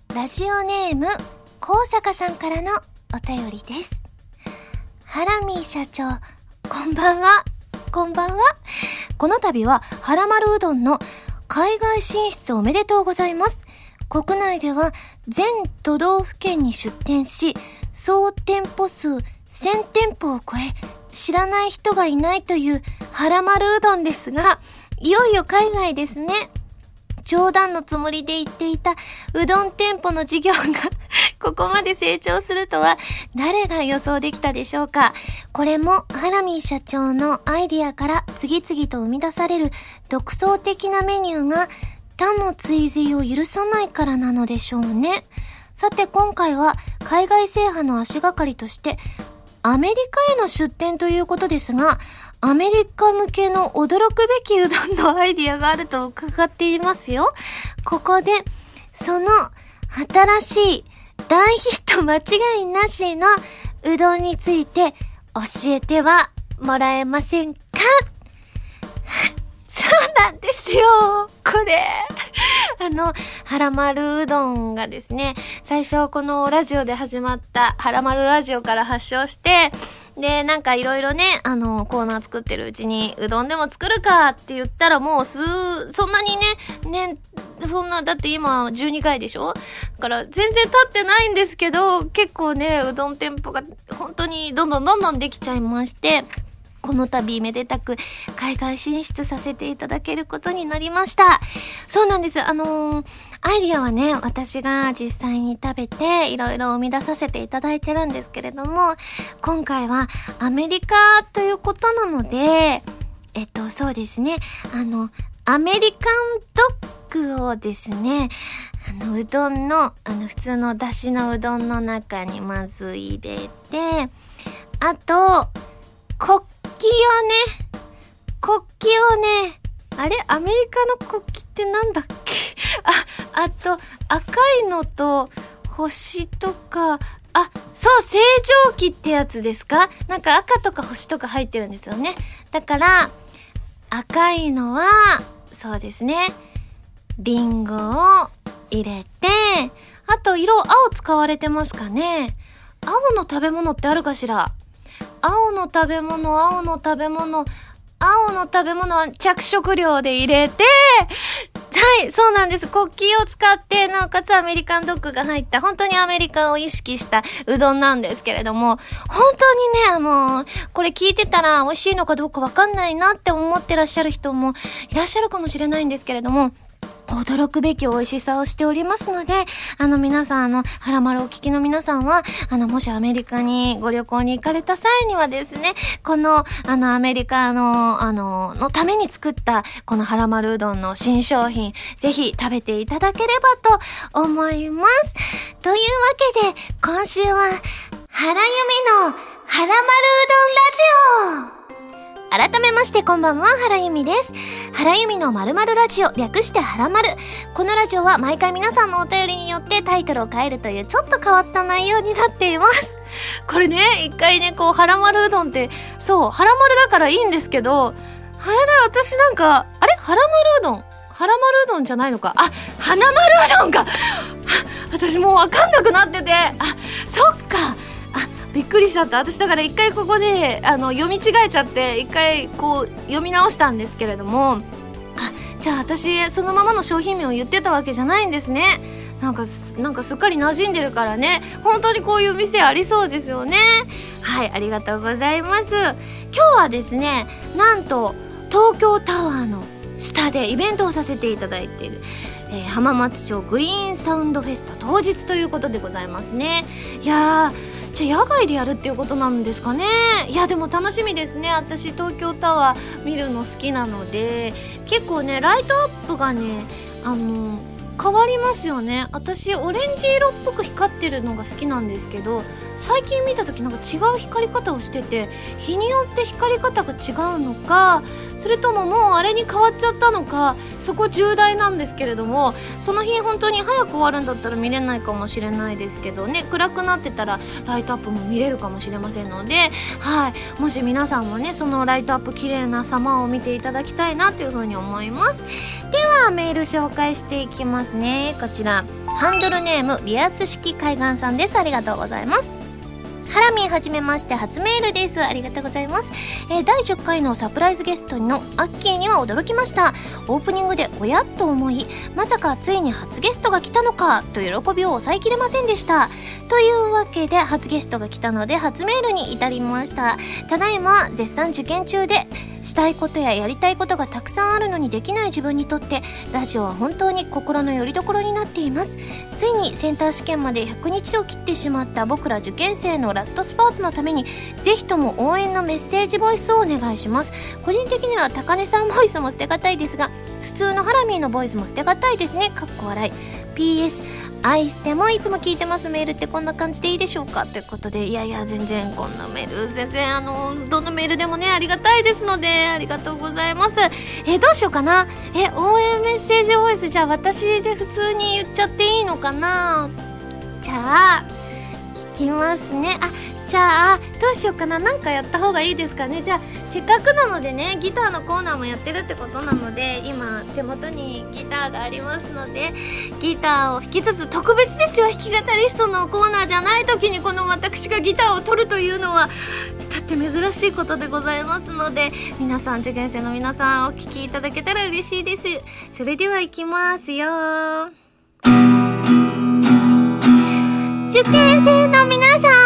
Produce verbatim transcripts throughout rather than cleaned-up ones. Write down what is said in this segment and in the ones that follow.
ラジオネーム高坂さんからのお便りです。ハラミー社長、こんばんは。こんばんは。この度ははらまるうどんの海外進出おめでとうございます。国内では全都道府県に出店し、総店舗数せんてんぽを超え、知らない人がいないというはらまるうどんですが、いよいよ海外ですね。冗談のつもりで言っていたうどん店舗の事業がここまで成長するとは誰が予想できたでしょうか。これもハラミー社長のアイディアから次々と生み出される独創的なメニューが他の追随を許さないからなのでしょうね。さて今回は海外制覇の足がかりとしてアメリカへの出店ということですが、アメリカ向けの驚くべきうどんのアイディアがあると伺っていますよ。ここでその新しい大ヒット間違いなしのうどんについて教えてはもらえませんか？そうなんですよ。これあのはらまるうどんがですね、最初このラジオで始まったはらまるラジオから発祥して、でなんかいろいろね、あのコーナー作ってるうちにうどんでも作るかって言ったら、もうすそんなにねねそんなだって今じゅうにかいでしょ。だから全然経ってないんですけど、結構ねうどん店舗が本当にどんどんどんどんできちゃいまして、この度めでたく海外進出させていただけることになりました。そうなんです。あのー、アイディアはね、私が実際に食べていろいろ生み出させていただいてるんですけれども、今回はアメリカということなので、えっとそうですね、あのアメリカンドッグをですね、あのうどんのあの普通のだしのうどんの中にまず入れて、あと国旗をね、国旗をね、あれアメリカの国旗ってなんだっけあ、あと赤いのと星とか、あ、そう星条旗ってやつですか。なんか赤とか星とか入ってるんですよね。だから赤いのはそうですね、リンゴを入れて、あと色青使われてますかね。青の食べ物ってあるかしら。青の食べ物、青の食べ物、青の食べ物は着色料で入れて、はい、そうなんです。国旗を使って、なおかつアメリカンドッグが入った、本当にアメリカを意識したうどんなんですけれども、本当にね、あのー、これ聞いてたら美味しいのかどうかわかんないなって思ってらっしゃる人もいらっしゃるかもしれないんですけれども、驚くべき美味しさをしておりますので、あの皆さん、あのはらまるお聞きの皆さんは、あのもしアメリカにご旅行に行かれた際にはですね、このあのアメリカのあののために作ったこのはらまるうどんの新商品、ぜひ食べていただければと思います。というわけで今週は原由美のはらまるうどんラジオ。改めましてこんばんは、原由美です。原由美の〇〇ラジオ、略してはらまる。このラジオは毎回皆さんのお便りによってタイトルを変えるというちょっと変わった内容になっています。これね、一回ね、こうはらまるうどんって、そうはらまるだからいいんですけど、あれ私なんかあれはらまるうどんはらまるうどんじゃないのか、あ、はなまるうどんか私もうわかんなくなってて、あ、そっか、びっくりしちゃった。私だから一回ここであの読み違えちゃって、一回こう読み直したんですけれども、あ、じゃあ私そのままの商品名を言ってたわけじゃないんですね。なんかなんかすっかり馴染んでるからね、本当にこういう店ありそうですよね。はい、ありがとうございます。今日はですね、なんと東京タワーの下でイベントをさせていただいている、えー、浜松町グリーンサウンドフェスタ当日ということでございますね。いやー、じゃあ野外でやるっていうことなんですかね。いやでも楽しみですね。私東京タワー見るの好きなので、結構ねライトアップがね、あの変わりますよね。私オレンジ色っぽく光ってるのが好きなんですけど、 最近見た時なんか違う光り方をしてて、日によって光り方が違うのか、それとももうあれに変わっちゃったのか、そこ重大なんですけれども、その日本当に早く終わるんだったら見れないかもしれないですけどね、暗くなってたらライトアップも見れるかもしれませんので、はい、もし皆さんもねそのライトアップ綺麗な様を見ていただきたいなというふうに思います。ではメール紹介していきますね。こちらハンドルネームリアス式海岸さんです。ありがとうございます。ハラミンはじめまして、初メールです。ありがとうございます。えー、だいじゅっかいのサプライズゲストのアッキーには驚きました。オープニングでおやっと思い、まさかついに初ゲストが来たのかと喜びを抑えきれませんでした。というわけで初ゲストが来たので初メールに至りました。ただいま絶賛受験中で、したいことややりたいことがたくさんあるのにできない自分にとってラジオは本当に心の拠り所になっています。ついにセンター試験までひゃくにちを切ってしまった僕ら受験生のラストスパートのために、ぜひとも応援のメッセージボイスをお願いします。個人的には高根さんボイスも捨てがたいですが、普通のハラミーのボイスも捨てがたいですね。かっこ笑い。 ピーエス 愛してもいつも聞いてます。メールってこんな感じでいいでしょうかということで、いやいや全然こんなメール全然あのどのメールでもねありがたいですので、ありがとうございます。えどうしようかな。え応援メッセージボイス、じゃあ私で普通に言っちゃっていいのかな。じゃあいきますね。あじゃあどうしようかな。なんかやった方がいいですかね。じゃあせっかくなのでね、ギターのコーナーもやってるってことなので、今手元にギターがありますので、ギターを弾きつつ、特別ですよ、弾き語りストのコーナーじゃない時にこの私がギターを取るというのはだって珍しいことでございますので、皆さん受験生の皆さんお聴きいただけたら嬉しいです。それではいきますよ。受験生の皆さん、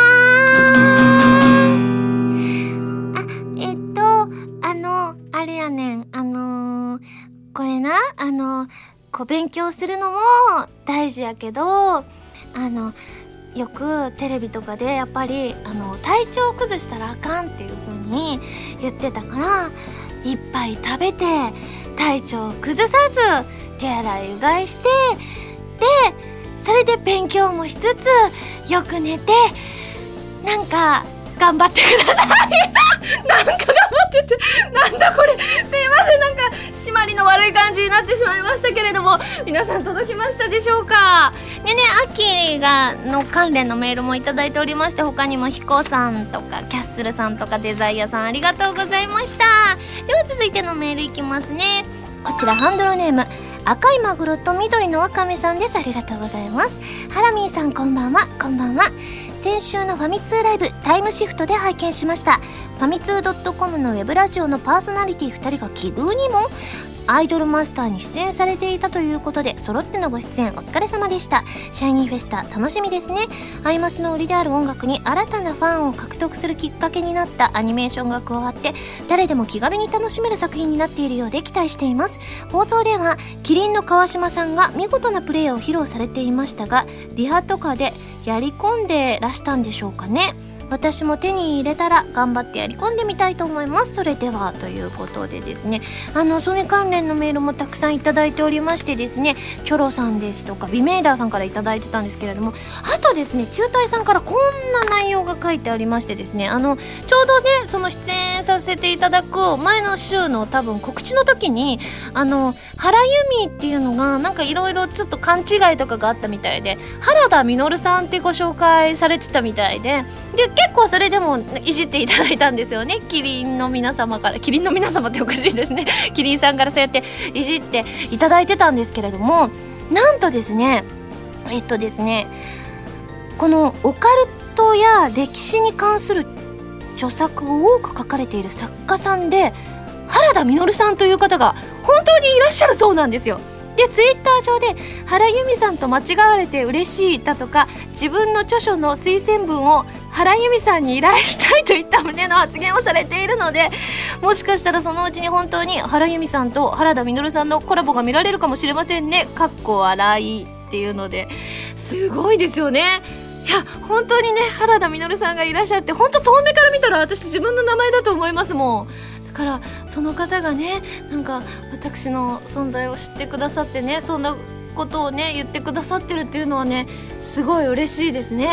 あれやねん、あのー、これな、あのー、こう勉強するのも大事やけど、あのよくテレビとかでやっぱりあの体調を崩したらあかんっていう風に言ってたから、いっぱい食べて体調を崩さず手洗いうがいして、でそれで勉強もしつつよく寝て、なんか頑張ってくださいなんか頑張ってて、なんだこれ、すいません、なんか締まりの悪い感じになってしまいましたけれども、皆さん届きましたでしょうか。でね、アッキーがの関連のメールもいただいておりまして、他にもヒコさんとかキャッスルさんとかデザイアさん、ありがとうございました。では続いてのメールいきますね。こちらハンドルネーム赤いマグロと緑のワカメさんです。ありがとうございます。ハラミーさんこんばんは。こんばんは。先週のファミ通ライブタイムシフトで拝見しました。ファミツー .com のウェブラジオのパーソナリティふたりが奇遇にもアイドルマスターに出演されていたということで、揃ってのご出演お疲れ様でした。シャイニーフェスタ楽しみですね。アイマスの売りである音楽に新たなファンを獲得するきっかけになったアニメーションが加わって、誰でも気軽に楽しめる作品になっているようで期待しています。放送ではキリンの川島さんが見事なプレーを披露されていましたが、リハとかでやり込んでらしたんでしょうかね。私も手に入れたら頑張ってやり込んでみたいと思います。それではということでですね、あのそれ関連のメールもたくさんいただいておりましてですね、チョロさんですとかビメイダーさんからいただいてたんですけれども、あとですね中隊さんからこんな内容が書いてありましてですね、あのちょうどねその出演させていただく前の週の多分告知の時に、あの原由美っていうのがなんかいろいろちょっと勘違いとかがあったみたいで、原田実さんってご紹介されてたみたいで、で結構それでもいじっていただいたんですよね。キリンの皆様から、キリンの皆様っておかしいですねキリンさんからそうやっていじっていただいてたんですけれども、なんとですねえっとですねこのオカルトや歴史に関する著作を多く書かれている作家さんで、原田実さんという方が本当にいらっしゃるそうなんですよ。でツイッター上で原由美さんと間違われて嬉しいだとか、自分の著書の推薦文を原由美さんに依頼したいといった旨の発言をされているので、もしかしたらそのうちに本当に原由美さんと原田実さんのコラボが見られるかもしれませんね。かっこ笑いっていうので、すごいですよね。いや本当にね原田実さんがいらっしゃって、本当遠目から見たら私自分の名前だと思いますもん。だからその方がねなんか私の存在を知ってくださってね、そんなことをね言ってくださってるっていうのはねすごい嬉しいですね。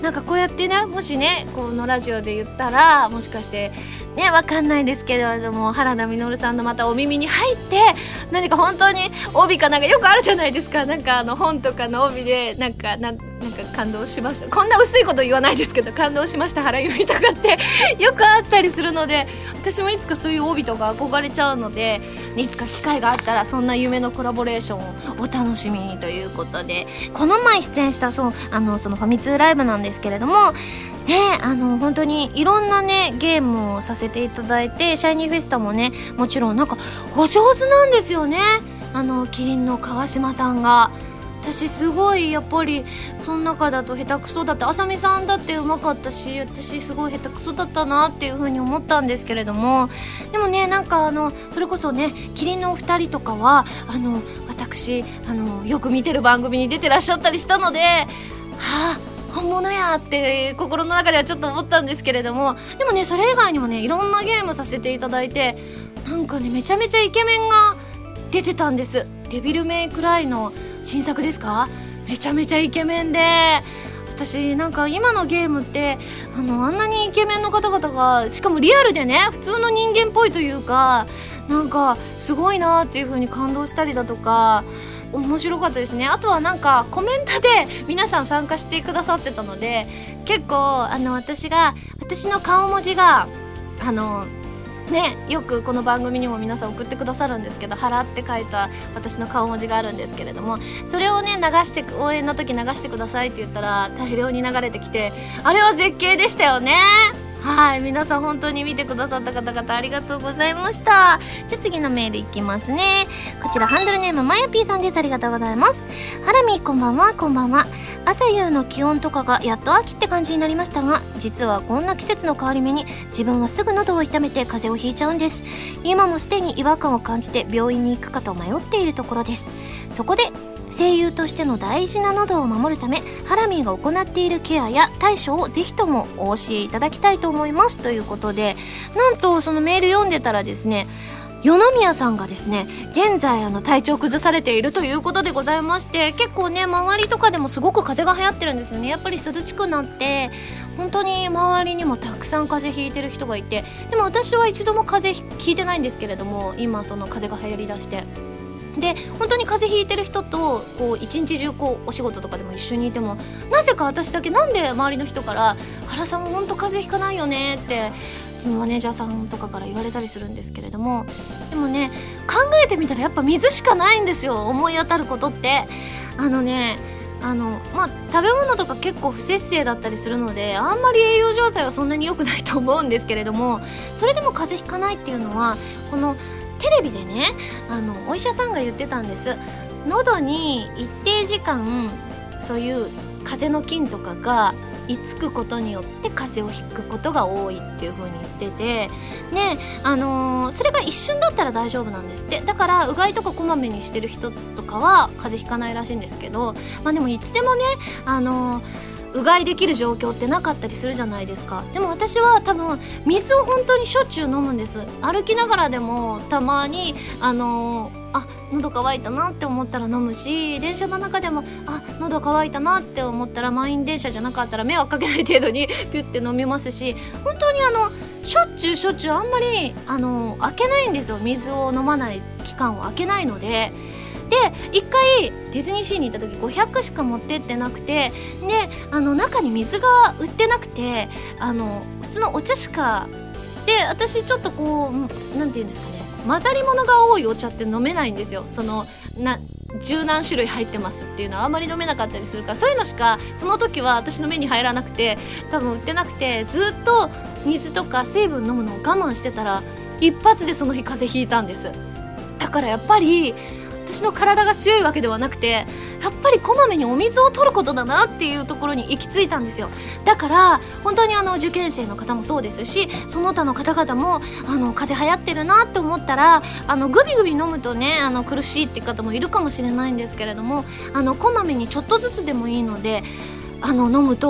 なんかこうやってね、もしねこのラジオで言ったらもしかしてね、わかんないですけれども、原田実さんのまたお耳に入って何か本当に帯かなんかよくあるじゃないですか。なんかあの本とかの帯でなんかなんなんか感動しました、こんな薄いこと言わないですけど、感動しました原由美とかってよくあったりするので、私もいつかそういう帯とか憧れちゃうので、いつか機会があったらそんな夢のコラボレーションをお楽しみにということで、この前出演したそうあのそのファミ通ライブなんですけれどもね、あの本当にいろんなねゲームをさせていただいて、シャイニーフェスタもねもちろんなんかお上手なんですよね、あのキリンの川島さんが。私すごいやっぱりその中だと下手くそだった、あさみさんだってうまかったし、私すごい下手くそだったなっていう風に思ったんですけれども、でもねなんかあのそれこそねキリンのお二人とかはあの私あのよく見てる番組に出てらっしゃったりしたので、はあ本物やって心の中ではちょっと思ったんですけれども、でもねそれ以外にもねいろんなゲームさせていただいて、なんかねめちゃめちゃイケメンが出てたんです。デビルメイクライの新作ですか、めちゃめちゃイケメンで、私なんか今のゲームってあのあんなにイケメンの方々がしかもリアルでね普通の人間っぽいというか、なんかすごいなっていう風に感動したりだとか面白かったですね。あとはなんかコメントで皆さん参加してくださってたので、結構あの私が私の顔文字があのね、よくこの番組にも皆さん送ってくださるんですけど、原って書いた私の顔文字があるんですけれども、それをね流して応援の時流してくださいって言ったら大量に流れてきて、あれは絶景でしたよね。はい、皆さん本当に見てくださった方々ありがとうございました。じゃあ次のメールいきますね。こちらハンドルネームまやぴーさんです。ありがとうございます。ハラミこんばんは。こんばんは。朝夕の気温とかがやっと秋って感じになりましたが、実はこんな季節の変わり目に自分はすぐ喉を痛めて風邪をひいちゃうんです。今もすでに違和感を感じて病院に行くかと迷っているところです。そこで声優としての大事な喉を守るため、ハラミーが行っているケアや対処をぜひともお教えいただきたいと思いますということで、なんとそのメール読んでたらですね、与野宮さんがですね現在あの体調崩されているということでございまして、結構ね周りとかでもすごく風邪が流行ってるんですよね。やっぱり涼しくなって本当に周りにもたくさん風邪ひいてる人がいて、でも私は一度も風邪ひいてないんですけれども、今その風邪が流行りだしてで本当に風邪ひいてる人とこう一日中こうお仕事とかでも一緒にいても、なぜか私だけなんで周りの人から原さんも本当風邪ひかないよねってうちのマネージャーさんとかから言われたりするんですけれども、でもね考えてみたらやっぱ水しかないんですよ、思い当たることって。あのねあのまあ食べ物とか結構不摂生だったりするので、あんまり栄養状態はそんなに良くないと思うんですけれども、それでも風邪ひかないっていうのはこのテレビでねあのお医者さんが言ってたんです。喉に一定時間そういう風邪の菌とかが居つくことによって風邪をひくことが多いっていう風に言っててね、あのー、それが一瞬だったら大丈夫なんですって。だからうがいとかこまめにしてる人とかは風邪ひかないらしいんですけど、まあでもいつでもねあのーうがいできる状況ってなかったりするじゃないですか。でも私は多分水を本当にしょっちゅう飲むんです。歩きながらでもたまにあのー、あ喉乾いたなって思ったら飲むし、電車の中でもあ喉乾いたなって思ったら満員電車じゃなかったら迷惑かけない程度にピュッて飲みますし、本当にあのしょっちゅうしょっちゅうあんまりあの開けないんですよ。水を飲まない期間を開けないので。で一回ディズニーシーに行った時ごひゃくしか持ってってなくて、であの中に水が売ってなくてあの普通のお茶しかで、私ちょっとこうなんていうんですかね、混ざり物が多いお茶って飲めないんですよ。そのな十何種類入ってますっていうのはあんまり飲めなかったりするから、そういうのしかその時は私の目に入らなくて多分売ってなくて、ずっと水とか水分飲むのを我慢してたら一発でその日風邪ひいたんです。だからやっぱり私の体が強いわけではなくて、やっぱりこまめにお水を取ることだなっていうところに行き着いたんですよ。だから本当にあの受験生の方もそうですし、その他の方々もあの風邪流行ってるなって思ったらあのグビグビ飲むとねあの苦しいって方もいるかもしれないんですけれども、あのこまめにちょっとずつでもいいのであの飲むと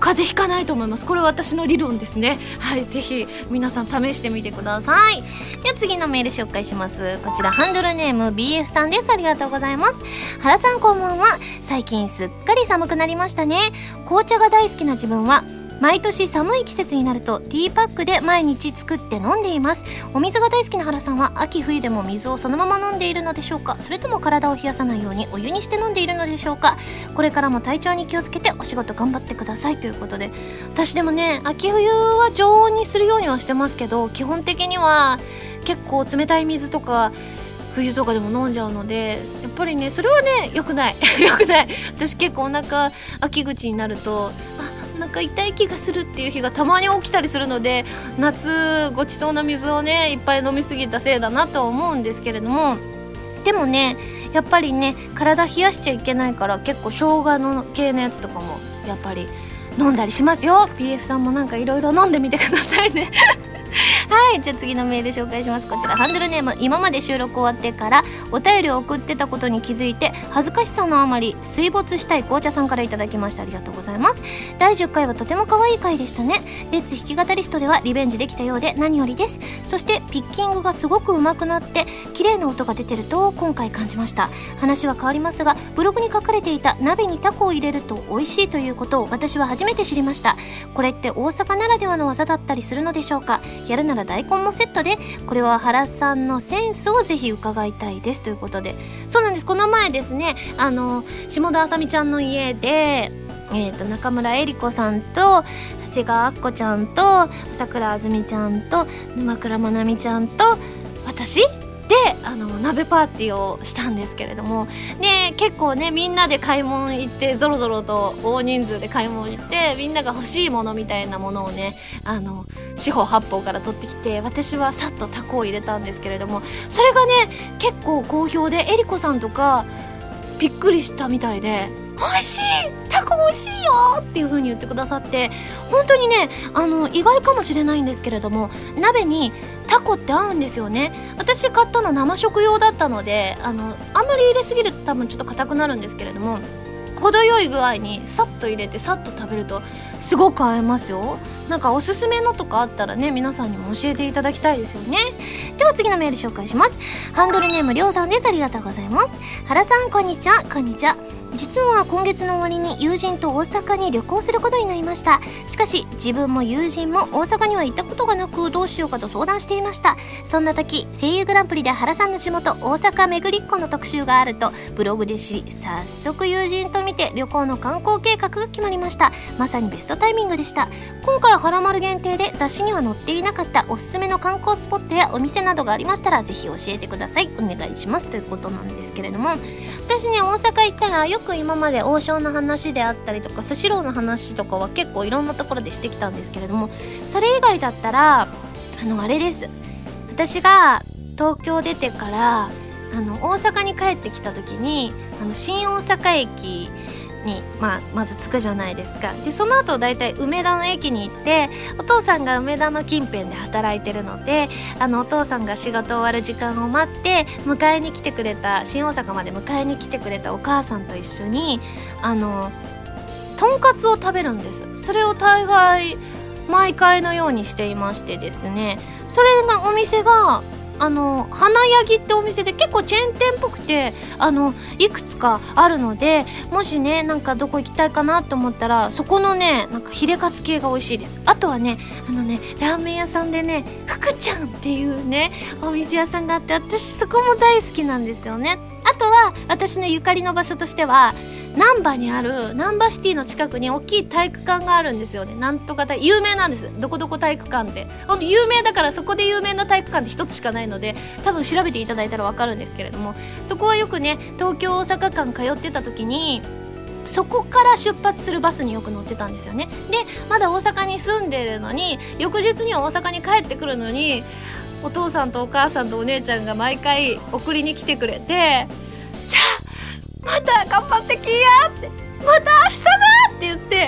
風邪ひかないと思います。これは私の理論ですね。はい、ぜひ皆さん試してみてください。では次のメール紹介します。こちらハンドルネーム ビーエフ さんです。ありがとうございます。原さんこんばんは。最近すっかり寒くなりましたね。紅茶が大好きな自分は毎年寒い季節になるとティーパックで毎日作って飲んでいます。お水が大好きな原さんは秋冬でも水をそのまま飲んでいるのでしょうか、それとも体を冷やさないようにお湯にして飲んでいるのでしょうか。これからも体調に気をつけてお仕事頑張ってくださいということで、私でもね秋冬は常温にするようにはしてますけど、基本的には結構冷たい水とか冬とかでも飲んじゃうので、やっぱりねそれはね良くない良くない。私結構お腹秋口になるとあなんか痛い気がするっていう日がたまに起きたりするので、夏ごちそうな水をねいっぱい飲みすぎたせいだなとは思うんですけれども、でもねやっぱりね体冷やしちゃいけないから結構生姜の系のやつとかもやっぱり飲んだりしますよ。 ピーエフ さんもなんかいろいろ飲んでみてくださいねはい、じゃあ次のメール紹介します。こちらハンドルネーム今まで収録終わってからお便りを送ってたことに気づいて恥ずかしさのあまり水没したい紅茶さんからいただきました。ありがとうございます。だいじゅっかいはとても可愛い回でしたね。レッツ弾き語リストではリベンジできたようで何よりです。そしてピッキングがすごく上手くなって綺麗な音が出てると今回感じました。話は変わりますがブログに書かれていた鍋にタコを入れると美味しいということを私は初めて知りました。これって大阪ならではの技だったりするのでしょうか。やるなら大根もセットで、これは原さんのセンスをぜひ伺いたいですということで、そうなんです。この前ですねあの下田あさみちゃんの家で、えー、と中村江里子さんと長谷川あっこちゃんと桜あずみちゃんと沼倉まなみちゃんと私であの鍋パーティーをしたんですけれどもね、結構ねみんなで買い物行ってぞろぞろと大人数で買い物行ってみんなが欲しいものみたいなものをねあの四方八方から取ってきて、私はさっとタコを入れたんですけれども、それがね結構好評でえりこさんとかびっくりしたみたいで、美味しいタコ美味しいよっていう風に言ってくださって、本当にねあの意外かもしれないんですけれども鍋にタコって合うんですよね。私買ったの生食用だったのであのあんまり入れすぎると多分ちょっと硬くなるんですけれども、程よい具合にさっと入れてさっと食べるとすごく合いますよ。なんかおすすめのとかあったらね皆さんにも教えていただきたいですよね。では次のメール紹介します。ハンドルネームりょうさんです。ありがとうございます。原さんこんにちは。こんにちは。実は今月の終わりに友人と大阪に旅行することになりました。しかし自分も友人も大阪には行ったことがなくどうしようかと相談していました。そんな時声優グランプリで原さんの地元大阪巡りっ子の特集があるとブログで知り、早速友人と見て旅行の観光計画が決まりました。まさにベストタイミングでした。今回は原丸限定で雑誌には載っていなかったおすすめの観光スポットやお店などがありましたらぜひ教えてください。お願いしますということなんですけれども、私ね大阪行ったらよく今まで王将の話であったりとかスシローの話とかは結構いろんなところでしてきたんですけれども、それ以外だったらあのあれです。私が東京出てからあの大阪に帰ってきた時にあの新大阪駅に、まあ、まず着くじゃないですか。でその後だいたい梅田の駅に行ってお父さんが梅田の近辺で働いてるのであのお父さんが仕事終わる時間を待って迎えに来てくれた新大阪まで迎えに来てくれたお母さんと一緒にあのとんかつを食べるんです。それを大概毎回のようにしていましてですね、それがお店があの花ヤギってお店で結構チェーン店っぽくてあのいくつかあるので、もしねなんかどこ行きたいかなと思ったらそこのねなんかヒレカツ系が美味しいです。あとはねあのねラーメン屋さんでね福ちゃんっていうねお店屋さんがあって私そこも大好きなんですよね。あとは私のゆかりの場所としては難波にある難波シティの近くに大きい体育館があるんですよね。なんとか体有名なんです。どこどこ体育館ってほんと有名だから、そこで有名な体育館って一つしかないので多分調べていただいたら分かるんですけれども、そこはよくね東京大阪間通ってた時にそこから出発するバスによく乗ってたんですよね。でまだ大阪に住んでるのに翌日には大阪に帰ってくるのにお父さんとお母さんとお姉ちゃんが毎回送りに来てくれて、じゃあまた頑張ってきやってまた明日だって言って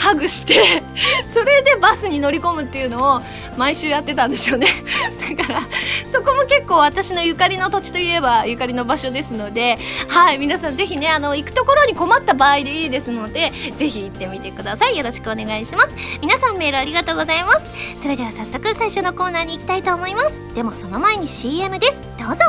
ハグしてそれでバスに乗り込むっていうのを毎週やってたんですよねだからそこも結構私のゆかりの土地といえばゆかりの場所ですので、はい、皆さんぜひね、あの行くところに困った場合でいいですので、ぜひ行ってみてください。よろしくお願いします。皆さんメールありがとうございます。それでは早速最初のコーナーに行きたいと思います。でもその前に シーエム です。どうぞ。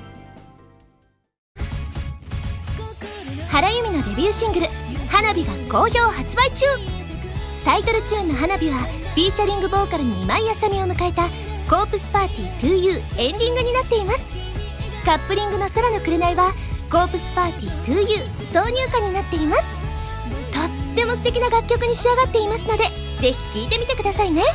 原由美のデビューシングル「花火」が好評発売中。タイトルチューンの「花火」はフィーチャリングボーカルに今井あさみを迎えた「コープスパーティー トゥーユー」エンディングになっています。カップリングの「空の紅」は「コープスパーティー トゥーユー」挿入歌になっています。とっても素敵な楽曲に仕上がっていますので、ぜひ聴いてみてくださいね。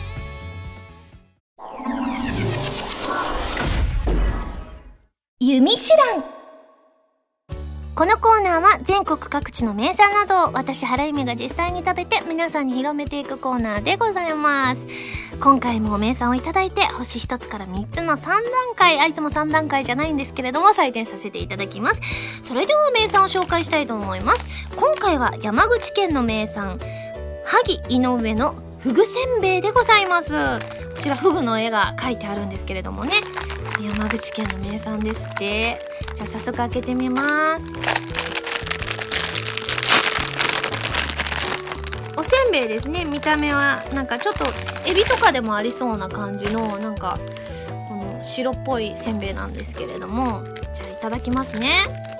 弓手段。このコーナーは全国各地の名産などを私原由美が実際に食べて皆さんに広めていくコーナーでございます。今回も名産をいただいて星ひとつからみっつのさん段階、あいつもさん段階じゃないんですけれども採点させていただきます。それでは名産を紹介したいと思います。今回は山口県の名産萩井上のふぐせんべいでございます。こちらふぐの絵が描いてあるんですけれどもね、山口県の名産ですって。じゃあ早速開けてみます。おせんべいですね。見た目はなんかちょっとエビとかでもありそうな感じのなんかこの白っぽいせんべいなんですけれども、じゃあいただきますね。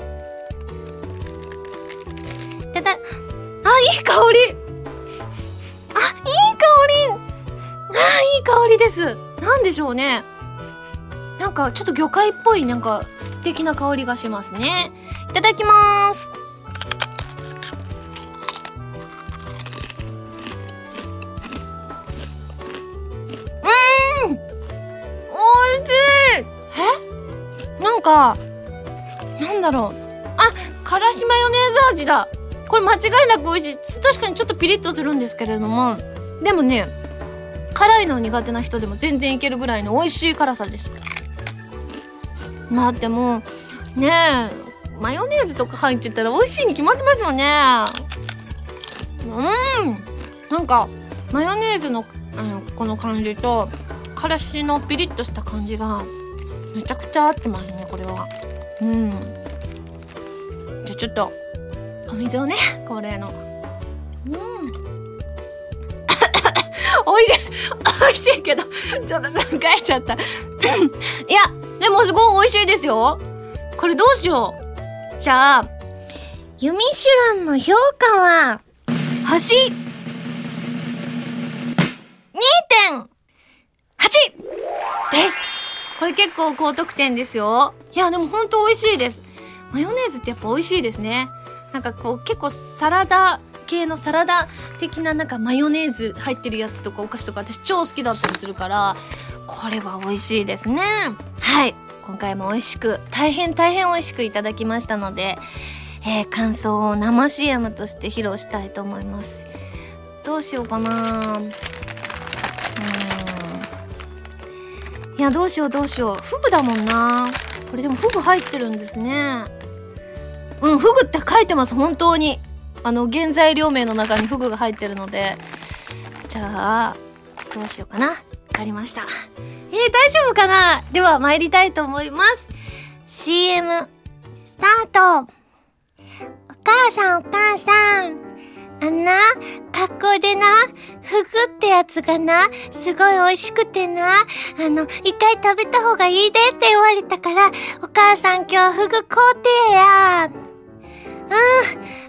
いただあ、いい香り。あ、いい香り。あ、いい香りです。なんでしょうね、なんかちょっと魚介っぽいなんか素敵な香りがしますね。いただきます。うーん、おいしい。え、なんかなんだろう、あ、からしマヨネーズ味だ。これ間違いなく美味しい。確かにちょっとピリッとするんですけれども、でもね、辛いの苦手な人でも全然いけるぐらいの美味しい辛さです。まあでもねえ、マヨネーズとか入ってたら美味しいに決まってますよね。うん、なんかマヨネーズの、あのこの感じとからしのピリッとした感じがめちゃくちゃ合ってますね、これは。うん、じゃあちょっとお水をね、これのうん美味しい美味しいけどちょっと考えちゃったいやでもすごい美味しいですよ。これどうしよう。じゃあユミシュランの評価は星 にてんはち です。これ結構高得点ですよ。いやでもほんと美味しいです。マヨネーズってやっぱ美味しいですね。なんかこう結構サラダ系のサラダ的ななんかマヨネーズ入ってるやつとかお菓子とか私超好きだったりするから、これは美味しいですね。はい、今回も美味しく大変大変美味しくいただきましたので、えー、感想を生 シーエム として披露したいと思います。どうしようかな。うーん、いやどうしようどうしよう。フグだもんな。これでもフグ入ってるんですね。うん、フグって書いてます。本当にあの原材料名の中にフグが入ってるので、じゃあどうしようかな。わかりました。えー、大丈夫かな。では参りたいと思います。 シーエム スタート。お母さんお母さん、あんな学校でなフグってやつがなすごい美味しくてな、あの一回食べた方がいいでって言われたから、お母さん今日フグ買うてや。うん、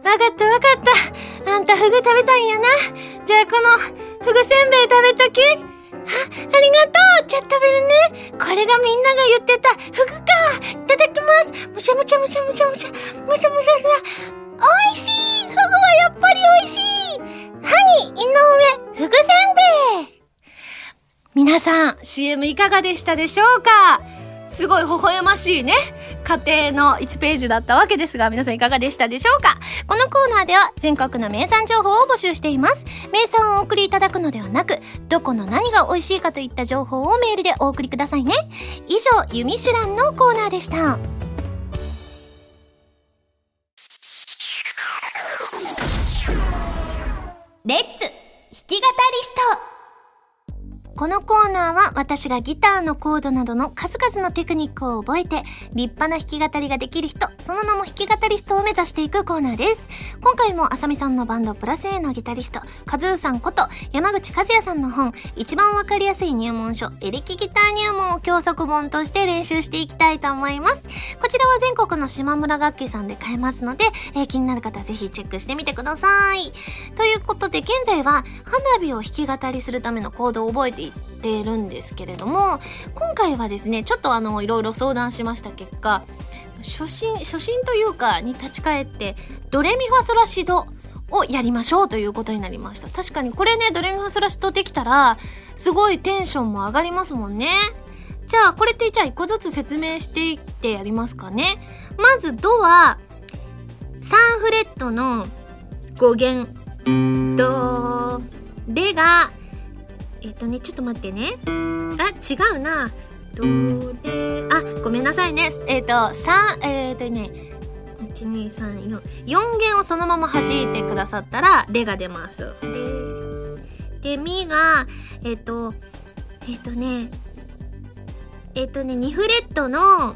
わかったわかった。あんたフグ食べたいんやな。じゃあこのフグせんべい食べとき。あ、ありがとう。じゃあ食べるね。これがみんなが言ってたフグか。いただきます。むしゃむしゃむしゃむしゃむしゃむしゃむしゃむしゃ。おいしい。フグはやっぱりおいしい。萩井上フグせんべい。皆さん シーエム いかがでしたでしょうか。すごい微笑ましいね家庭のいちページだったわけですが、皆さんいかがでしたでしょうか。このコーナーでは全国の名産情報を募集しています。名産をお送りいただくのではなく、どこの何が美味しいかといった情報をメールでお送りくださいね。以上、ユミシュランのコーナーでした。 レッツ弾き語りスト。 このコーナーは私がギターのコードなどの数々のテクニックを覚えて立派な弾き語りができる人、その名も弾き語りストを目指していくコーナーです。今回もあさみさんのバンドプラス A のギタリストカズーさんこと山口和也さんの本、一番わかりやすい入門書エレキギター入門を教則本として練習していきたいと思います。こちらは全国の島村楽器さんで買えますので、えー、気になる方はぜひチェックしてみてください。ということで現在は花火を弾き語りするためのコードを覚えていってるんですけれども、今回はですねちょっとあのいろいろ相談しました結果、初心初心というかに立ち返ってドレミファソラシドをやりましょうということになりました。確かにこれね、ドレミファソラシドできたらすごいテンションも上がりますもんね。じゃあこれってじゃあ一個ずつ説明していってやりますかね。まずドはさんフレットのご弦、ドレがえっとねちょっと待ってね、あ違うな、ドレ、あごめんなさいね、えっとさんえっとねいちにさんよん よん弦をそのまま弾いてくださったらレが出ます。で、でミがえっとえっとねえっとねにフレットの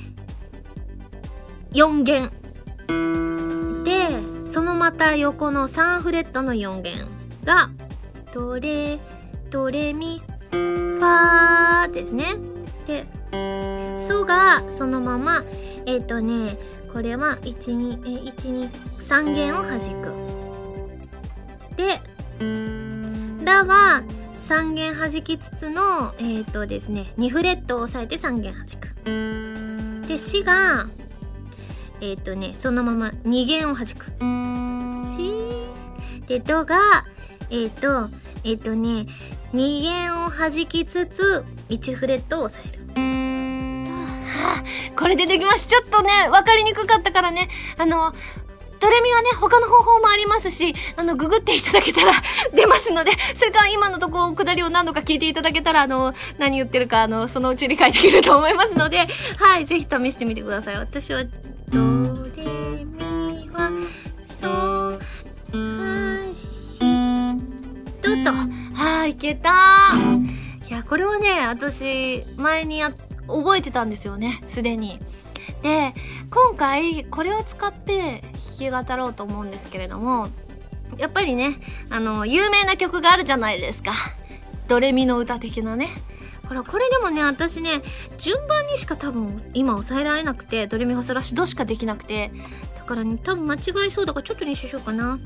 よん弦で、そのまた横のさんフレットのよん弦がドレドレミファーですね。でソがそのままえっとねこれはいちにえいちにさん弦を弾く。でラはさん弦弾きつつのえっとですねにフレットを押さえてさん弦弾く。でシがえっとねそのままに弦を弾く。シでドがえっとえっとねに弦を弾きつついちフレットを押さえる。はあ、これでできました。ちょっとね分かりにくかったからね、あのドレミはね他の方法もありますし、あのググっていただけたら出ますので、それから今のとこ下りを何度か聞いていただけたら、あの何言ってるかあのそのうち理解できると思いますので、はいぜひ試してみてください。私はドレミファソラシドと、はい、いけたー。いやこれはね私前にや覚えてたんですよねすでに。で今回これを使って弾き語ろうと思うんですけれども、やっぱりねあの有名な曲があるじゃないですか、ドレミの歌的なね。これこれでもね私ね順番にしか多分今抑えられなくて、ドレミファソラシドしかできなくて、だからね多分間違いそうだからちょっと練習しようかな。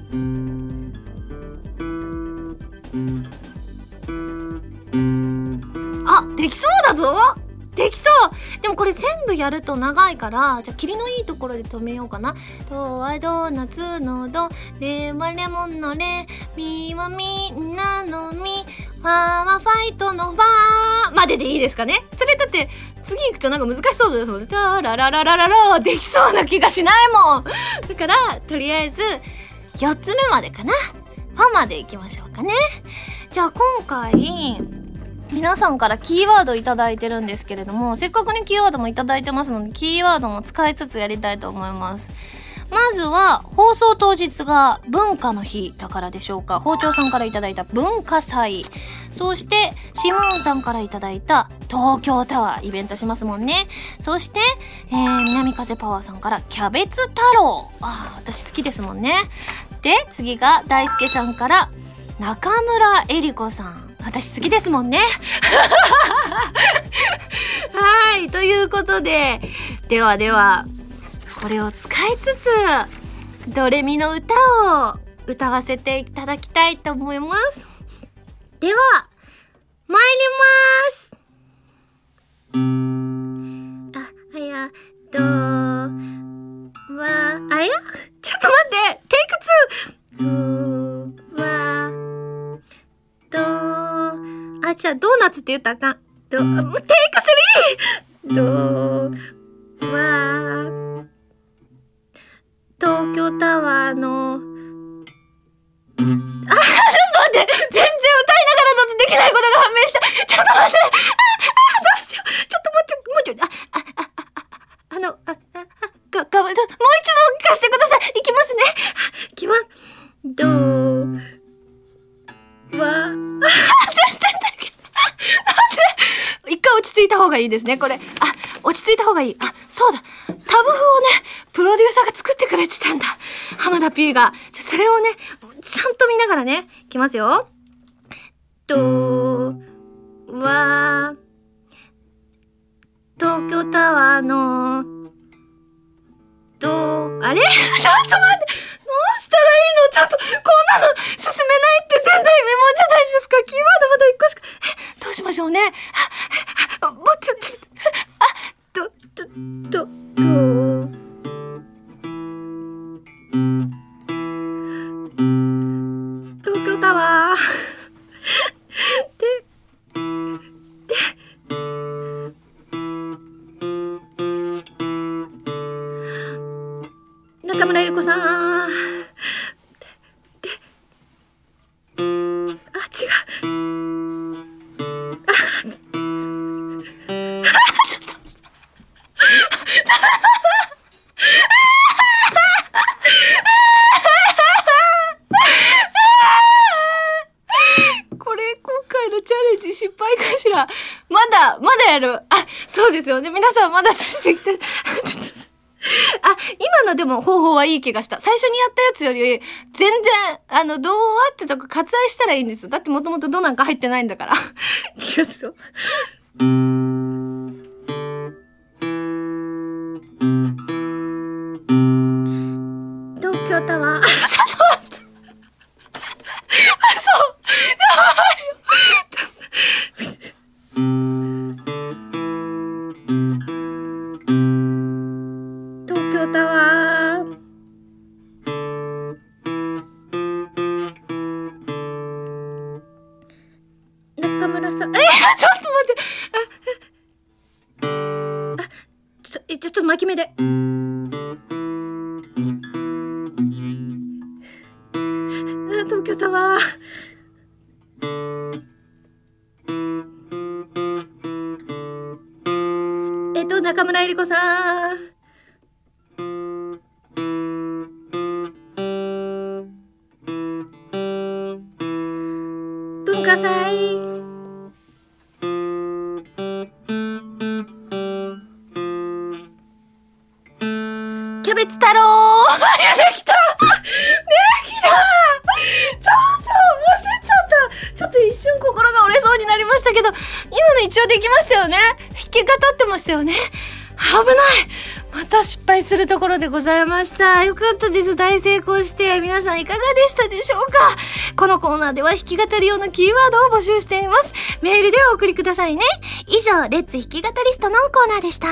あ、できそうだぞ、できそう。でもこれ全部やると長いから、じゃあキリのいいところで止めようかな。ドはドーナツのド、レはレモンのレ、ミはみんなのミ、ファはファイトのファーまででいいですかね。それだって次行くとなんか難しそうですもんね。タララララララできそうな気がしないもん。だからとりあえずよっつめまでかな。ファまで行きましょうかね。じゃあ今回皆さんからキーワードいただいてるんですけれども、せっかくねキーワードもいただいてますのでキーワードも使いつつやりたいと思います。まずは放送当日が文化の日だからでしょうか、包丁さんからいただいた文化祭、そしてシムーンさんからいただいた東京タワーイベントしますもんね。そして、えー、南風パワーさんからキャベツ太郎、あ私好きですもんね。で次が大輔さんから中村えり子さん、私好きですもんねはいということで、ではではこれを使いつつドレミの歌を歌わせていただきたいと思います。では参ります。あ、あやどわあやちょっと待ってテイクツーどわどあじゃあドーナツって言ったらあかん。ドテイクスリードわ東京タワーのあちょっと待って全然歌いながらだとできないことが判明した。ちょっと待ってああどうしようちょっともうちょもうちょあああああのああががもう一度聞かせてください。いきますね。いきます。ドわー。全然だけど。なんで一回落ち着いた方がいいですね、これ。あ、落ち着いた方がいい。あ、そうだ。タブ譜をね、プロデューサーが作ってくれてたんだ。浜田 P が。じゃ、それをね、ちゃんと見ながらね、いきますよ。と、わー。東京タワーの、と、あれちょっと待って。どうしたらいいの？ちょっと、こんなの進めないって前代未聞じゃないですか。キーワードまだ一個しか。え、どうしましょうね。あ、もうちょ、ちょ、あ、と、と、と、と、東京タワー。で、で、中村江里子さん。で、で、あ、違う。あ、ちょっと。これ、今回のチャレンジ失敗かしら。まだ、まだやる。あ、そうですよね。皆さんまだついてきて。ちょっとあ、今のでも方法はいい気がした。最初にやったやつより、全然、あの、どうあってとか割愛したらいいんですよ。だってもともとどなんか入ってないんだから。気がする。東京タワー。ちょっと待って。あ、そう。やばいよ。東京タワー。中村さん。えー、ちょっと待って。あ、あ、ちょ、え、ちょ、ちょっと巻き目で。東京タワー。えっと、中村江里子さん。文化祭。キャベツ太郎。いや、できた。できた。ちょっと忘れちゃった。ちょっと一瞬心が折れそうになりましたけど、今の一応できましたよね。弾き語ってましたよね。危ない。また失敗するところでございました。よかったです。大成功して。皆さんいかがでしたでしょうか。このコーナーでは弾き語り用のキーワードを募集しています。メールでお送りくださいね。以上、レッツ弾き語リストのコーナーでした。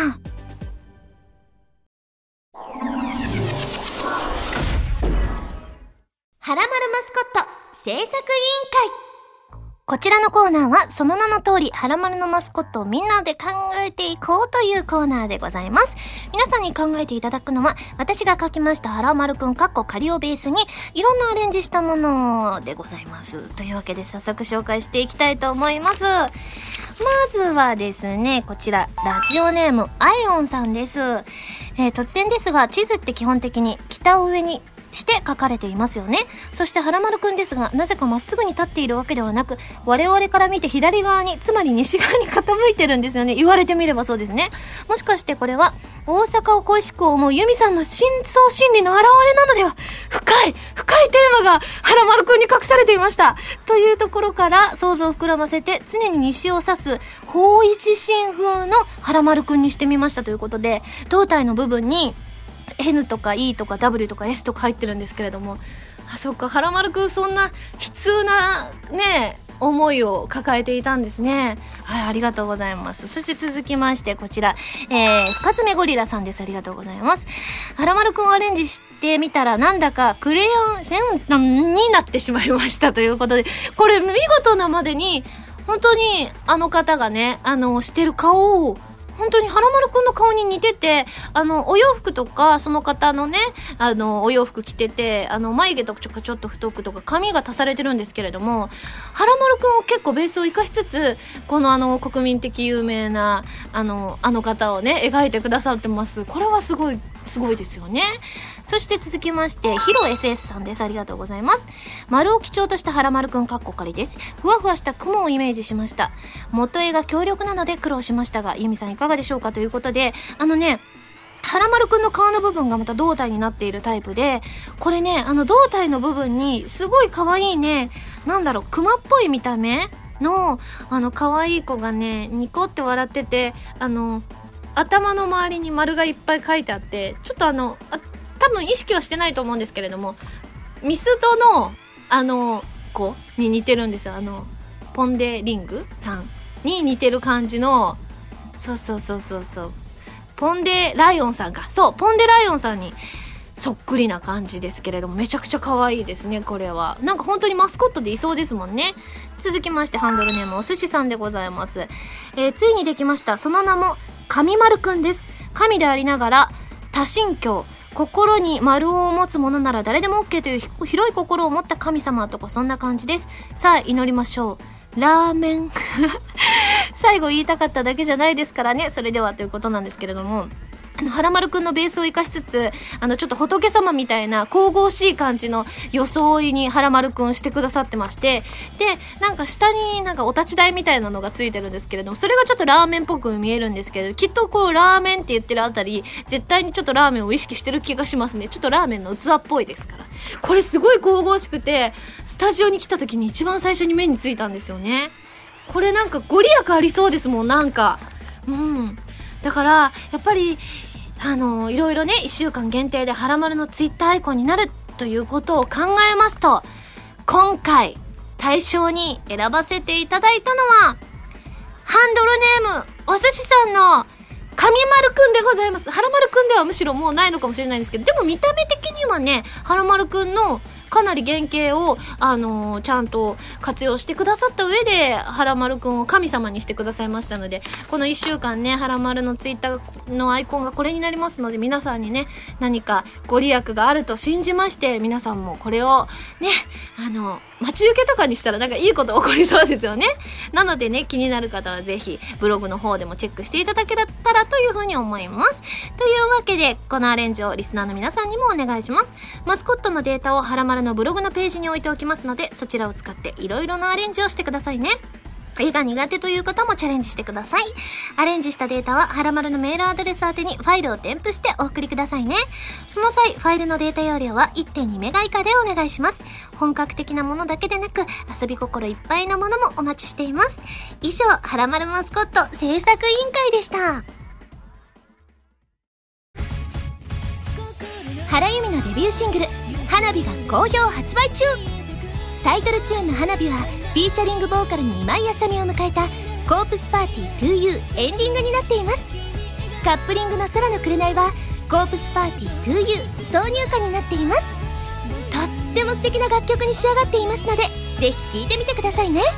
はらまるマスコット制作委員会。 こちらのコーナーはその名の通り、はらまるのマスコットをみんなで考えていこうというコーナーでございます。皆さんに考えていただくのは、私が書きましたはらまるくんかっこ仮をベースにいろんなアレンジしたものでございます。というわけで早速紹介していきたいと思います。まずはですね、こちらラジオネームアイオンさんです。えー、突然ですが、地図って基本的に北を上にして書かれていますよね。そしてはらまるくんですが、なぜかまっすぐに立っているわけではなく、我々から見て左側に、つまり西側に傾いてるんですよね。言われてみればそうですね。もしかしてこれは大阪を恋しく思うユミさんの深層心理の表れなのでは。深い深いテーマがはらまるくんに隠されていました。というところから想像を膨らませて、常に西を指す方位地震風のはらまるくんにしてみましたということで、胴体の部分にN とか E とか W とか S とか入ってるんですけれども、あ、そっか、はらまるくんそんな悲痛なね思いを抱えていたんですね。はい、ありがとうございます。そして続きましてこちら、えー、深爪ゴリラさんです。ありがとうございます。はらまるくんをアレンジしてみたら、なんだかクレヨン線になってしまいましたということで、これ見事なまでに本当にあの方がね、あのしてる顔を本本当にはらまるくんの顔に似てて、あのお洋服とかその方のねあのお洋服着てて、あの眉毛とかちょっと太くとか髪が足されてるんですけれども、はらまるくんを結構ベースを生かしつつ、このあの国民的有名なあのあの方をね描いてくださってます。これはすごいすごいですよね。そして続きましてヒロ エスエス さんです。ありがとうございます。丸を基調としたはらまるくんかっこかりです。ふわふわした雲をイメージしました。元絵が強力なので苦労しましたが、ゆみさんいかがでしょうかということで、あのねはらまるくんの顔の部分がまた胴体になっているタイプで、これねあの胴体の部分にすごい可愛いね、なんだろう、クマっぽい見た目のあの可愛い子がねニコって笑ってて、あの頭の周りに丸がいっぱい書いてあって、ちょっとあのあ多分意識はしてないと思うんですけれども、ミスドのあの子に似てるんですよ。あのポンデリングさんに似てる感じの、そうそうそうそうそうポンデライオンさんか、そうポンデライオンさんにそっくりな感じですけれども、めちゃくちゃ可愛いですね。これはなんか本当にマスコットでいそうですもんね。続きましてハンドルネームお寿司さんでございます。えー、ついにできました。その名も神丸くんです。神でありながら多神教、心に丸を持つものなら誰でも OK という広い心を持った神様とか、そんな感じです。さあ祈りましょう。ラーメン最後言いたかっただけじゃないですからね。それではということなんですけれども、あのはらまるくんのベースを生かしつつ、あのちょっと仏様みたいな神々しい感じの装いにはらまるくんしてくださってまして、でなんか下になんかお立ち台みたいなのがついてるんですけれども、それがちょっとラーメンっぽく見えるんですけど、きっとこうラーメンって言ってるあたり絶対にちょっとラーメンを意識してる気がしますね。ちょっとラーメンの器っぽいですから、これすごい神々しくて、スタジオに来た時に一番最初に目についたんですよね。これなんかご利益ありそうですもん、なんかうんだからやっぱりあのいろいろねいっしゅうかん限定ではらまるのツイッターアイコンになるということを考えますと、今回対象に選ばせていただいたのはハンドルネームお寿司さんの神丸くんでございます。はらまるくんではむしろもうないのかもしれないんですけど、でも見た目的にはねはらまるくんのかなり原型を、あのー、ちゃんと活用してくださった上ではらまるくんを神様にしてくださいましたので、このいっしゅうかんねはらまるのツイッターのアイコンがこれになりますので、皆さんにね何かご利益があると信じまして、皆さんもこれをねあの待ち受けとかにしたらなんかいいこと起こりそうですよね。なのでね気になる方はぜひブログの方でもチェックしていただけたらというふうに思います。というわけでこのアレンジをリスナーの皆さんにもお願いします。マスコットのデータをはらまるのブログのページに置いておきますので、そちらを使っていろいろなアレンジをしてくださいね。絵が苦手という方もチャレンジしてください。アレンジしたデータははらまるのメールアドレス宛てにファイルを添付してお送りくださいね。その際ファイルのデータ容量は いってんにメガ以下でお願いします。本格的なものだけでなく遊び心いっぱいなものもお待ちしています。以上、はらまるマスコット制作委員会でした。原由美のデビューシングル花火が好評発売中。タイトルチューンの花火はフィーチャリングボーカルに今井あさみを迎えたコープスパーティー トゥーユー エンディングになっています。カップリングの空の紅はコープスパーティー トゥーユー 挿入歌になっています。とっても素敵な楽曲に仕上がっていますので、ぜひ聴いてみてくださいね。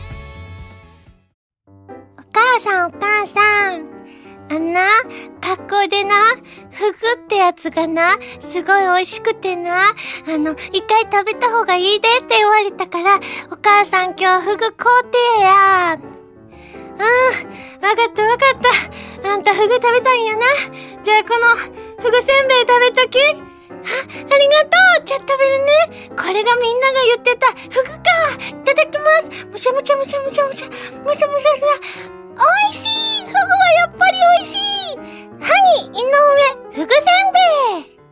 お母さんお母さん、あんな学校でなフグってやつがなすごい美味しくてな、あの一回食べた方がいいでって言われたから、お母さん今日フグ買うてや。うん、わかったわかった。あんたフグ食べたいんやな。じゃあこのフグせんべい食べとき。あ、ありがとう。じゃあ食べるね。これがみんなが言ってたフグか。いただきます。むしゃむしゃむしゃむしゃむしゃむしゃむしゃむしゃ。美味しい。フグはやっぱり美味しい。ハニー井上フグせんべい。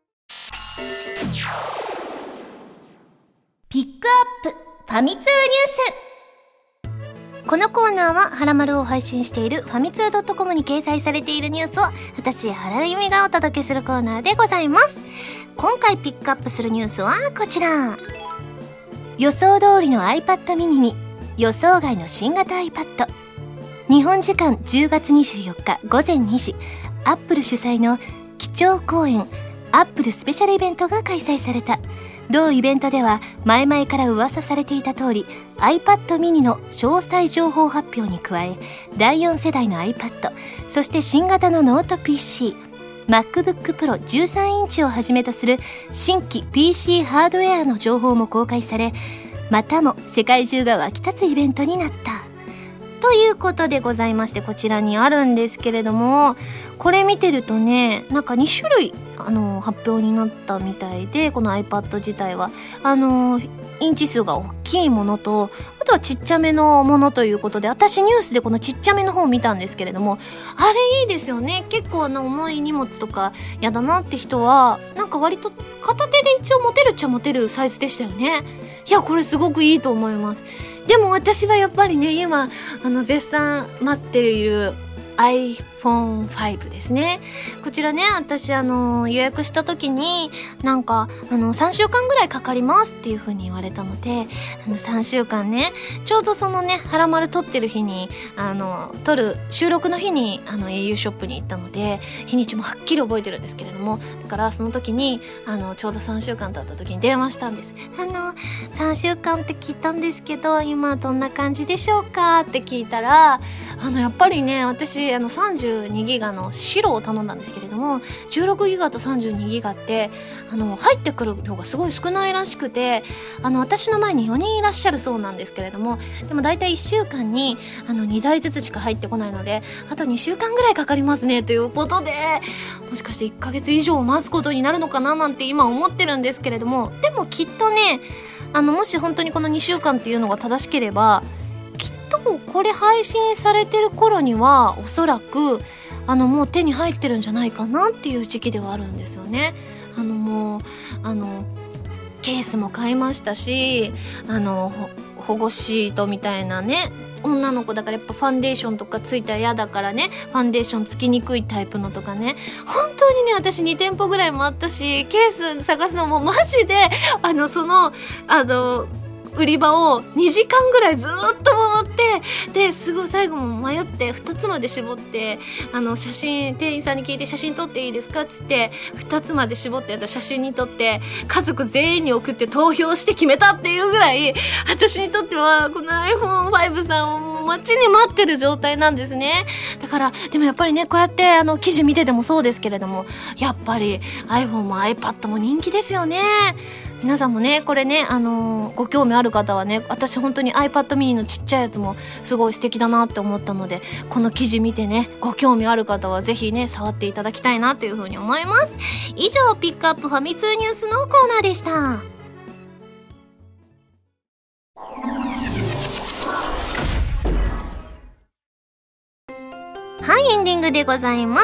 ピックアップファミ通ニュース。このコーナーははらまるを配信しているファミツー .com に掲載されているニュースを私原由美がお届けするコーナーでございます。今回ピックアップするニュースはこちら。予想通りの iPad mini に予想外の新型 iPad。日本時間じゅうがつにじゅうよっかごぜんにじ、アップル主催の基調講演アップルスペシャルイベントが開催された。 同イベントでは前々から噂されていた通り iPad mini の詳細情報発表に加え、だいよん世代の iPad、 そして新型のノート ピーシー、 MacBook Pro じゅうさんインチをはじめとする新規 ピーシー ハードウェアの情報も公開され、またも世界中が沸き立つイベントになったということでございまして、こちらにあるんですけれども、これ見てるとね、なんかに種類あの発表になったみたいで、この iPad 自体はあのインチ数が大きいものと、あとはちっちゃめのものということで、私ニュースでこのちっちゃめの方を見たんですけれども、あれいいですよね。結構あの重い荷物とかやだなって人はなんか割と片手で一応持てるっちゃ持てるサイズでしたよね。いや、これすごくいいと思います。でも私はやっぱりね、今あの絶賛待っている アイフォンファイブ ですね。こちらね、私あの予約した時になんかあのさんしゅうかんぐらいかかりますっていう風に言われたので、あのさんしゅうかんね、ちょうどそのねはらまる撮ってる日にあの撮る収録の日にあの エーユー ショップに行ったので、日にちもはっきり覚えてるんですけれども、だからその時にあのちょうどさんしゅうかん経った時に電話したんです。あのさんしゅうかんって聞いたんですけど、今どんな感じでしょうかって聞いたら、あのやっぱりね、私あのさんじゅうにギガの白を頼んだんですけれども、じゅうろくギガとさんじゅうにギガってあの入ってくる量がすごい少ないらしくて、あの私の前によにんいらっしゃるそうなんですけれども、でもだいたいいっしゅうかんにあのにだいずつしか入ってこないので、あとにしゅうかんぐらいかかりますねということで、もしかしていっかげつ以上待つことになるのかななんて今思ってるんですけれども、でもきっとね、あのもし本当にこのにしゅうかんっていうのが正しければ、きっとこれ配信されてる頃にはおそらくあのもう手に入ってるんじゃないかなっていう時期ではあるんですよね。あのもうあのケースも買いましたし、あの保護シートみたいなね、女の子だからやっぱファンデーションとかついたら嫌だからね、ファンデーションつきにくいタイプのとかね、本当にね、私に店舗ぐらい回ったし、ケース探すのもマジであのそのあの売り場をにじかんぐらいずっと回って、ですぐ最後も迷ってふたつまで絞って、あの写真店員さんに聞いて、写真撮っていいですかっつってふたつまで絞ったやつを写真に撮って家族全員に送って投票して決めたっていうぐらい、私にとってはこの アイフォンファイブ さんを待ちに待ってる状態なんですね。だからでもやっぱりね、こうやってあの記事見ててもそうですけれども、やっぱり iPhone も iPad も人気ですよね。皆さんもね、これね、あのー、ご興味ある方はね、私本当に iPad mini のちっちゃいやつもすごい素敵だなって思ったので、この記事見てね、ご興味ある方はぜひね、触っていただきたいなというふうに思います。以上、ピックアップファミ通ニュースのコーナーでした。はい、エンディングでございます。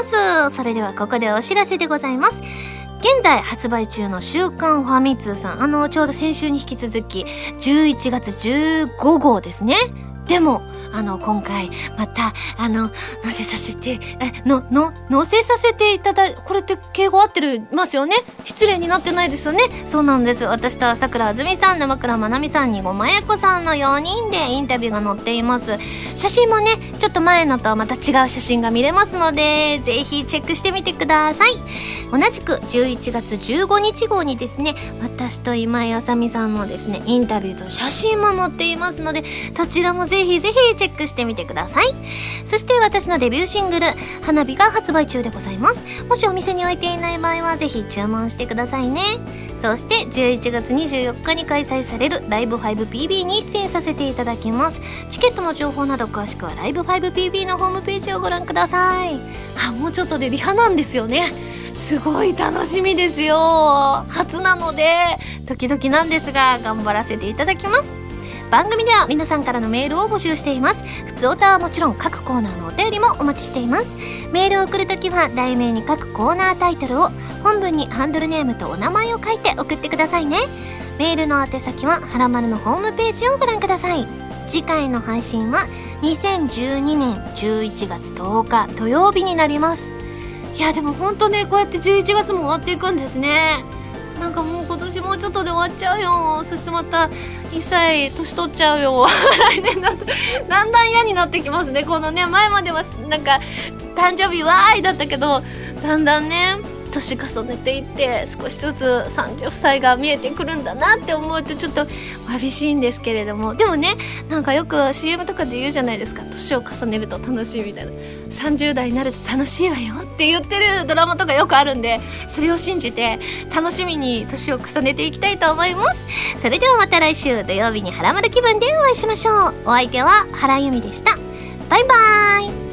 それではここでお知らせでございます。現在発売中の週刊ファミ通さん、あのちょうど先週に引き続きじゅういちがつじゅうごごうですね。でもあの今回またあの載せさせてえのの載せさせていただい、これって敬語合ってるますよね。失礼になってないですよね。そうなんです。私と朝倉あずみさん、沼倉まなみさんにごまやこさんのよにんでインタビューが載っています。写真もね、ちょっと前のとはまた違う写真が見れますので、ぜひチェックしてみてください。同じくじゅういちがつじゅうごにち号にですね、私と今井あさみさんのですねインタビューと写真も載っていますので、そちらもぜひぜひチェックしてみてください。そして私のデビューシングル花火が発売中でございます。もしお店に置いていない場合はぜひ注文してくださいね。そしてじゅういちがつにじゅうよっかに開催されるライブ ファイブピービー に出演させていただきます。チケットの情報など詳しくはライブ ファイブピービー のホームページをご覧ください。あ、もうちょっとでリハなんですよね。すごい楽しみですよ。初なのでドキドキなんですが頑張らせていただきます。番組では皆さんからのメールを募集しています。ふつおたはもちろん各コーナーのお便りもお待ちしています。メールを送るときは題名に各コーナータイトルを、本文にハンドルネームとお名前を書いて送ってくださいね。メールの宛先ははらまるのホームページをご覧ください。次回の配信はにせんじゅうにねんじゅういちがつとおか土曜日になります。いやでも本当ね、こうやってじゅういちがつも終わっていくんですね。なんかもう今年もうちょっとで終わっちゃうよ。そしてまたいっさい年取っちゃうよ来年だとだんだん嫌になってきますね。このね、前まではなんか誕生日わーいだったけど、だんだんね年重ねていって少しずつさんじゅっさいが見えてくるんだなって思うとちょっと寂しいんですけれども、でもね、なんかよく シーエム とかで言うじゃないですか、年を重ねると楽しいみたいな、さんじゅう代になると楽しいわよって言ってるドラマとかよくあるんで、それを信じて楽しみに年を重ねていきたいと思います。 それではまた来週土曜日にハラマル気分でお会いしましょう。お相手は原由美でした。バイバーイ。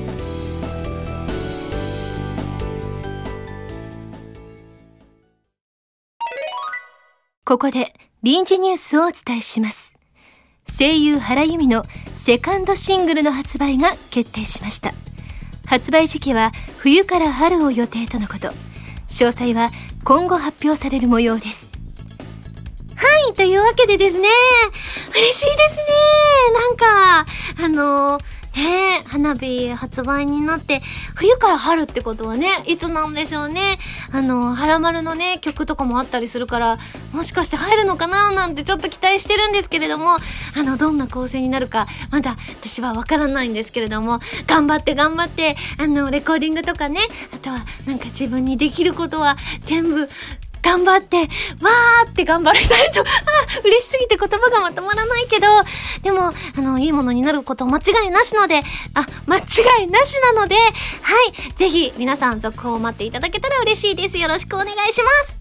ここで臨時ニュースをお伝えします。声優原由美のセカンドシングルの発売が決定しました。発売時期は冬から春を予定とのこと。詳細は今後発表される模様です。はい、というわけでですね、嬉しいですね。なんかあのーねえ、花火発売になって冬から春ってことはね、いつなんでしょうね。あのハラマルのね曲とかもあったりするから、もしかして入るのかななんてちょっと期待してるんですけれども、あのどんな構成になるかまだ私はわからないんですけれども、頑張って頑張ってあのレコーディングとかね、あとはなんか自分にできることは全部頑張ってわーって頑張りたいと、あ、嬉しすぎて言葉がまとまらないけど、でもあのいいものになること間違いなしので、あ、間違いなしなので、はい、ぜひ皆さん続報を待っていただけたら嬉しいです。よろしくお願いします。